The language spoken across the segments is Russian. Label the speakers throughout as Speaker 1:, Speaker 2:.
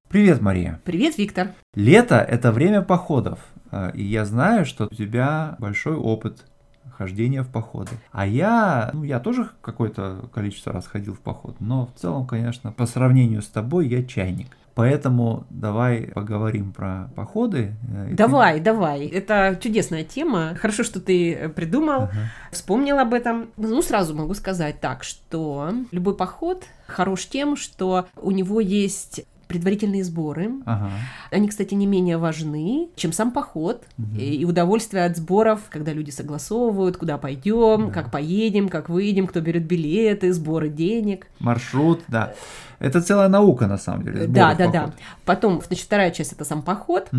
Speaker 1: Привет, Мария.
Speaker 2: Привет, Виктор.
Speaker 1: Лето – это время походов, и я знаю, что у тебя большой опыт хождения в походы. А я тоже какое-то количество раз ходил в поход, но в целом, конечно, по сравнению с тобой я чайник. Поэтому давай поговорим про походы.
Speaker 2: Давай. Это чудесная тема. Хорошо, что ты придумал, вспомнил об этом. Сразу могу сказать так, что любой поход хорош тем, что у него есть предварительные сборы. Они, кстати, не менее важны, чем сам поход. И удовольствие от сборов, когда люди согласовывают, куда пойдем, как поедем, как выйдем, кто берет билеты, сборы денег.
Speaker 1: Маршрут, да. Это целая наука, на самом деле.
Speaker 2: Да. Потом, вторая часть – это сам поход.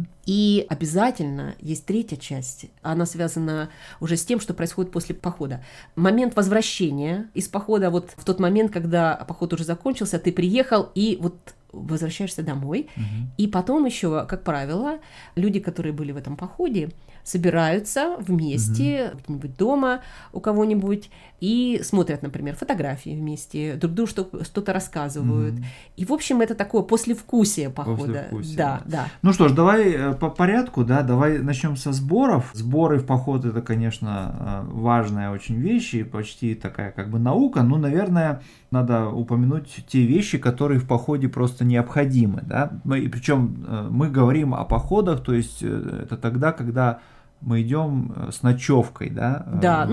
Speaker 2: И обязательно есть третья часть. Она связана уже с тем, что происходит после похода. Момент возвращения из похода, вот в тот момент, когда поход уже закончился, ты приехал и вот возвращаешься домой. И потом еще, как правило, люди, которые были в этом походе, собираются вместе где-нибудь дома у кого-нибудь и смотрят, например, фотографии вместе, друг другу что-то рассказывают. И, в общем, это такое послевкусие похода. Да.
Speaker 1: Ну что ж, давай по порядку, да, давай начнем со сборов. Сборы в поход – это, конечно, важная очень вещь и почти такая как бы наука, но, наверное, надо упомянуть те вещи, которые в походе просто необходимы, да. Причем мы говорим о походах, то есть это тогда, когда мы идем с ночевкой, да?
Speaker 2: Да,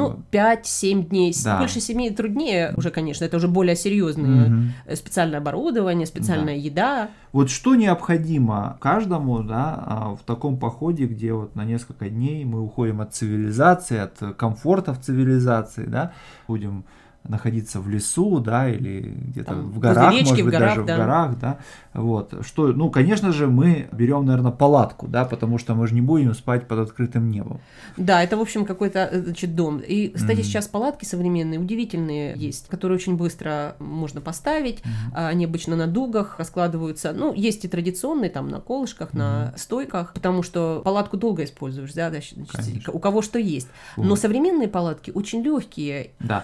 Speaker 2: 5-7 дней. Да. Больше 7 труднее уже, конечно, это уже более серьезные специальное оборудование, специальная еда.
Speaker 1: Вот что необходимо каждому, да, в таком походе, где вот на несколько дней мы уходим от цивилизации, от комфортов цивилизации, да, будем находиться в лесу, да, или где-то там, в горах,
Speaker 2: речки,
Speaker 1: может быть,
Speaker 2: даже
Speaker 1: в горах, да, вот, что, конечно же, мы берем, наверное, палатку, да, потому что мы же не будем спать под открытым небом.
Speaker 2: Да, это, в общем, какой-то, дом. И, кстати, сейчас палатки современные, удивительные есть, которые очень быстро можно поставить, они обычно на дугах раскладываются, есть и традиционные, там, на колышках, на стойках, потому что палатку долго используешь, да, значит, у кого что есть. Вот. Но современные палатки очень легкие.
Speaker 1: Да,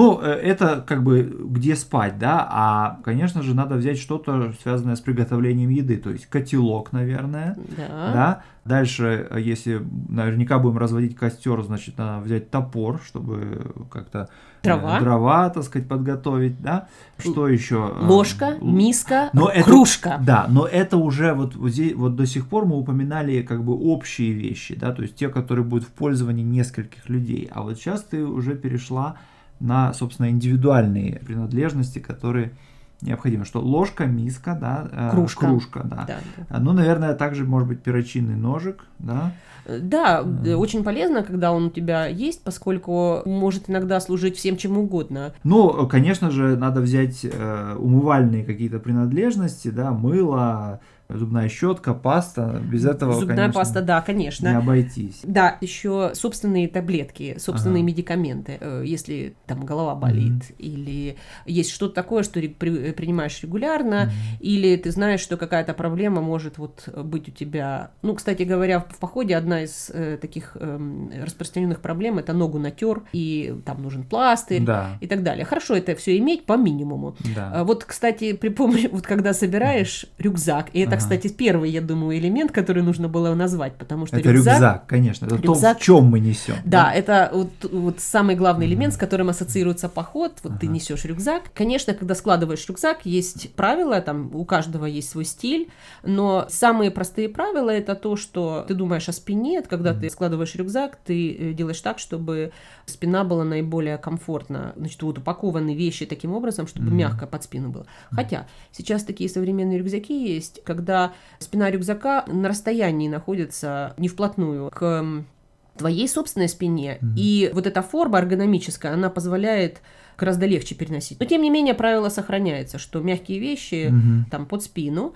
Speaker 1: это как бы где спать, да, а, конечно же, надо взять что-то, связанное с приготовлением еды, то есть котелок, наверное, да. Дальше, если наверняка будем разводить костер, значит, надо взять топор, чтобы как-то дрова, так сказать, подготовить, да. Что еще?
Speaker 2: Ложка, миска, кружка.
Speaker 1: Да, но это уже вот здесь, вот до сих пор мы упоминали как бы общие вещи, да, то есть те, которые будут в пользовании нескольких людей, а вот сейчас ты уже перешла на, собственно, индивидуальные принадлежности, которые необходимы. Что ложка, миска, да, кружка, да. Наверное, также может быть перочинный ножик, да.
Speaker 2: Да, очень полезно, когда он у тебя есть, поскольку может иногда служить всем чем угодно.
Speaker 1: Конечно же, надо взять умывальные какие-то принадлежности, да, мыло, зубная щетка, паста, без этого,
Speaker 2: зубная паста, да, конечно,
Speaker 1: не обойтись.
Speaker 2: Да, еще собственные таблетки, собственные медикаменты, если там голова болит, или есть что-то такое, что принимаешь регулярно, или ты знаешь, что какая-то проблема может быть у тебя. Кстати говоря, в походе одна из таких распространенных проблем – это ногу натер, и там нужен пластырь, и так далее. Хорошо это все иметь по минимуму. Да. Кстати, припомни, когда собираешь рюкзак, и это, кстати, первый, я думаю, элемент, который нужно было назвать, потому что
Speaker 1: это рюкзак, конечно, это то, в чем мы несем.
Speaker 2: Да, это вот самый главный элемент, с которым ассоциируется поход. Ты несешь рюкзак. Конечно, когда складываешь рюкзак, есть правила, там у каждого есть свой стиль, но самые простые правила – это то, что ты думаешь о спине, когда ты складываешь рюкзак, ты делаешь так, чтобы спина была наиболее комфортна. Значит, упакованы вещи таким образом, чтобы мягко под спину было. Хотя сейчас такие современные рюкзаки есть, когда спина рюкзака на расстоянии находится не вплотную к твоей собственной спине, и вот эта форма эргономическая, она позволяет гораздо легче переносить. Но, тем не менее, правило сохраняется, что мягкие вещи там под спину,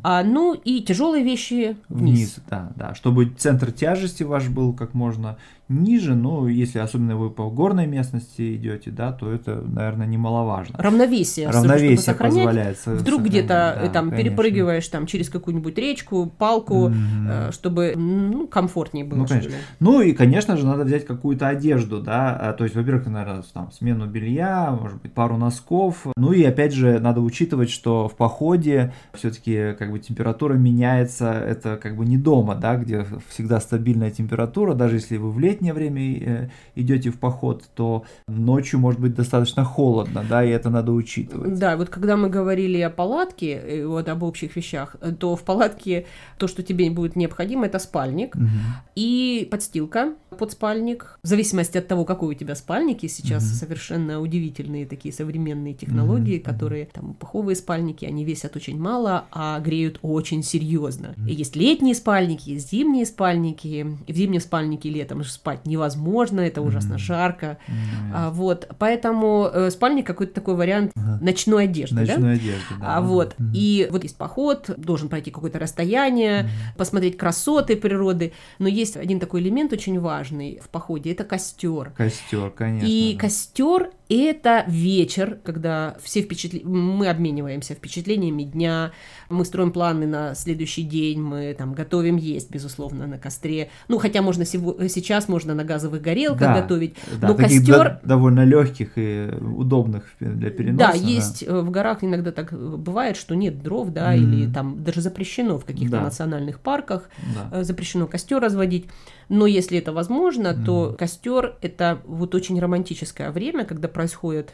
Speaker 2: и тяжелые вещи вниз.
Speaker 1: Да, чтобы центр тяжести ваш был как можно ниже, если особенно вы по горной местности идете, да, то это, наверное,
Speaker 2: немаловажно. Равновесие
Speaker 1: позволяет.
Speaker 2: Вдруг где-то перепрыгиваешь через какую-нибудь речку, палку, чтобы комфортнее было.
Speaker 1: И, конечно же, надо взять какую-то одежду, да, то есть, во-первых, наверное, там, смену белья, плаща, может быть, пару носков. Ну и опять же, надо учитывать, что в походе все-таки как бы температура меняется, это как бы не дома, да, где всегда стабильная температура. Даже если вы в летнее время идете в поход, то ночью может быть достаточно холодно, да, и это надо учитывать.
Speaker 2: Да, вот когда мы говорили о палатке, вот об общих вещах, то в палатке то, что тебе будет необходимо, это спальник и подстилка под спальник. В зависимости от того, какой у тебя спальник, и сейчас совершенно удивительные такие современные технологии, которые там пуховые спальники, они весят очень мало, а греют очень серьезно. И есть летние спальники, есть зимние спальники. И в зимнем спальнике летом спать невозможно, это ужасно жарко. Вот, поэтому спальник какой-то такой вариант ночной одежды.
Speaker 1: Ночной одежды, да.
Speaker 2: Вот. И вот есть поход, должен пройти какое-то расстояние, посмотреть красоты природы. Но есть один такой элемент очень важный в походе, это костер.
Speaker 1: Костер, конечно.
Speaker 2: И костер — это вечер, когда все мы обмениваемся впечатлениями дня, мы строим планы на следующий день, мы там готовим есть, безусловно, на костре. Ну, хотя можно сейчас можно на газовых горелках готовить,
Speaker 1: да,
Speaker 2: но костер
Speaker 1: довольно легких и удобных для переноса.
Speaker 2: Да, есть в горах иногда так бывает, что нет дров, да, или там даже запрещено в каких-то национальных парках, запрещено костер разводить. Но если это возможно, то костер — это вот очень романтическое время, когда происходит,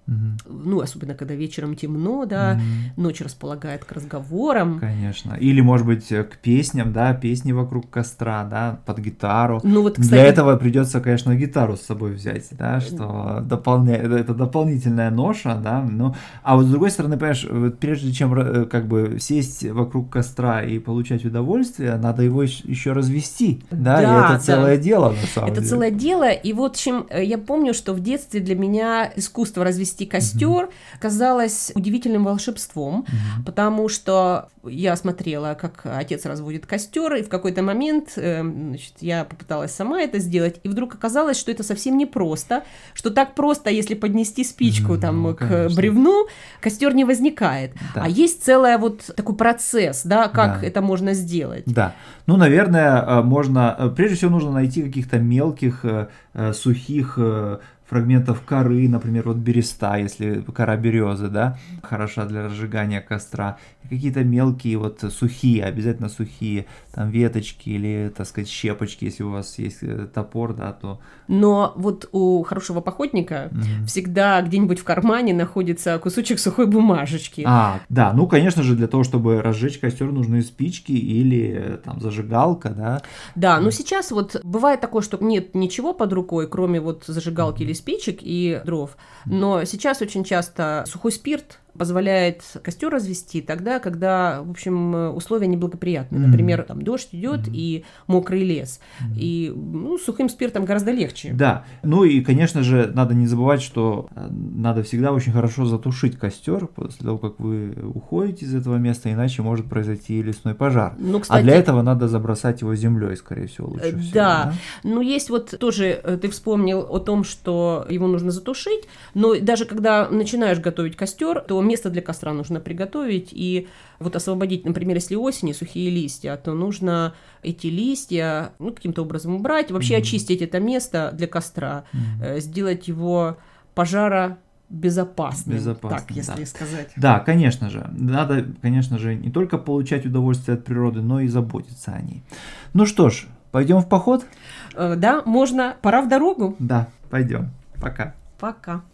Speaker 2: ну, особенно когда вечером темно, да, ночь располагает к разговорам.
Speaker 1: Конечно. Или, может быть, к песням, да, песни вокруг костра, да, под гитару.
Speaker 2: Ну, вот, кстати,
Speaker 1: для этого придется, конечно, гитару с собой взять, да, что это дополнительная ноша, да. Ну, а вот с другой стороны, понимаешь, прежде чем как бы сесть вокруг костра и получать удовольствие, надо его еще развести, да, и это целое дело, на самом деле.
Speaker 2: Это целое дело, и вот чем я помню, что в детстве для меня искусство развести костер казалось удивительным волшебством, потому что я смотрела, как отец разводит костер, и в какой-то момент, значит, я попыталась сама это сделать, и вдруг оказалось, что это совсем не просто, что так просто, если поднести спичку там к бревну, костер не возникает, а есть целый вот такой процесс, да, как это можно сделать.
Speaker 1: Да, ну, наверное, можно, прежде всего нужно найти каких-то мелких, сухих фрагментов коры, например, вот береста, если кора березы, да, хороша для разжигания костра, и какие-то мелкие вот сухие, обязательно сухие, там веточки или, так сказать, щепочки, если у вас есть топор, да, то...
Speaker 2: Но вот у хорошего походника всегда где-нибудь в кармане находится кусочек сухой бумажечки.
Speaker 1: Да, ну, конечно же, для того, чтобы разжечь костер, нужны спички или там зажигалка, да.
Speaker 2: Да, но сейчас вот бывает такое, что нет ничего под рукой, кроме вот зажигалки или спичек и дров, но сейчас очень часто сухой спирт позволяет костер развести тогда, когда, в общем, условия неблагоприятны. Например, там дождь идет и мокрый лес. И сухим спиртом гораздо легче.
Speaker 1: Да. Ну и, конечно же, надо не забывать, что надо всегда очень хорошо затушить костер после того, как вы уходите из этого места, иначе может произойти лесной пожар.
Speaker 2: Ну, кстати,
Speaker 1: а для этого надо забросать его землей, скорее всего, лучше всего.
Speaker 2: Да. Ну, есть вот тоже, ты вспомнил о том, что его нужно затушить, но даже когда начинаешь готовить костер, то место для костра нужно приготовить и вот освободить, например, если осенью сухие листья, то нужно эти листья каким-то образом убрать, вообще очистить это место для костра, сделать его пожаробезопасным, так, если сказать.
Speaker 1: Да, конечно же. Надо, конечно же, не только получать удовольствие от природы, но и заботиться о ней. Ну что ж, пойдем в поход?
Speaker 2: Да, можно. Пора в дорогу.
Speaker 1: Да, пойдем. Пока.
Speaker 2: Пока.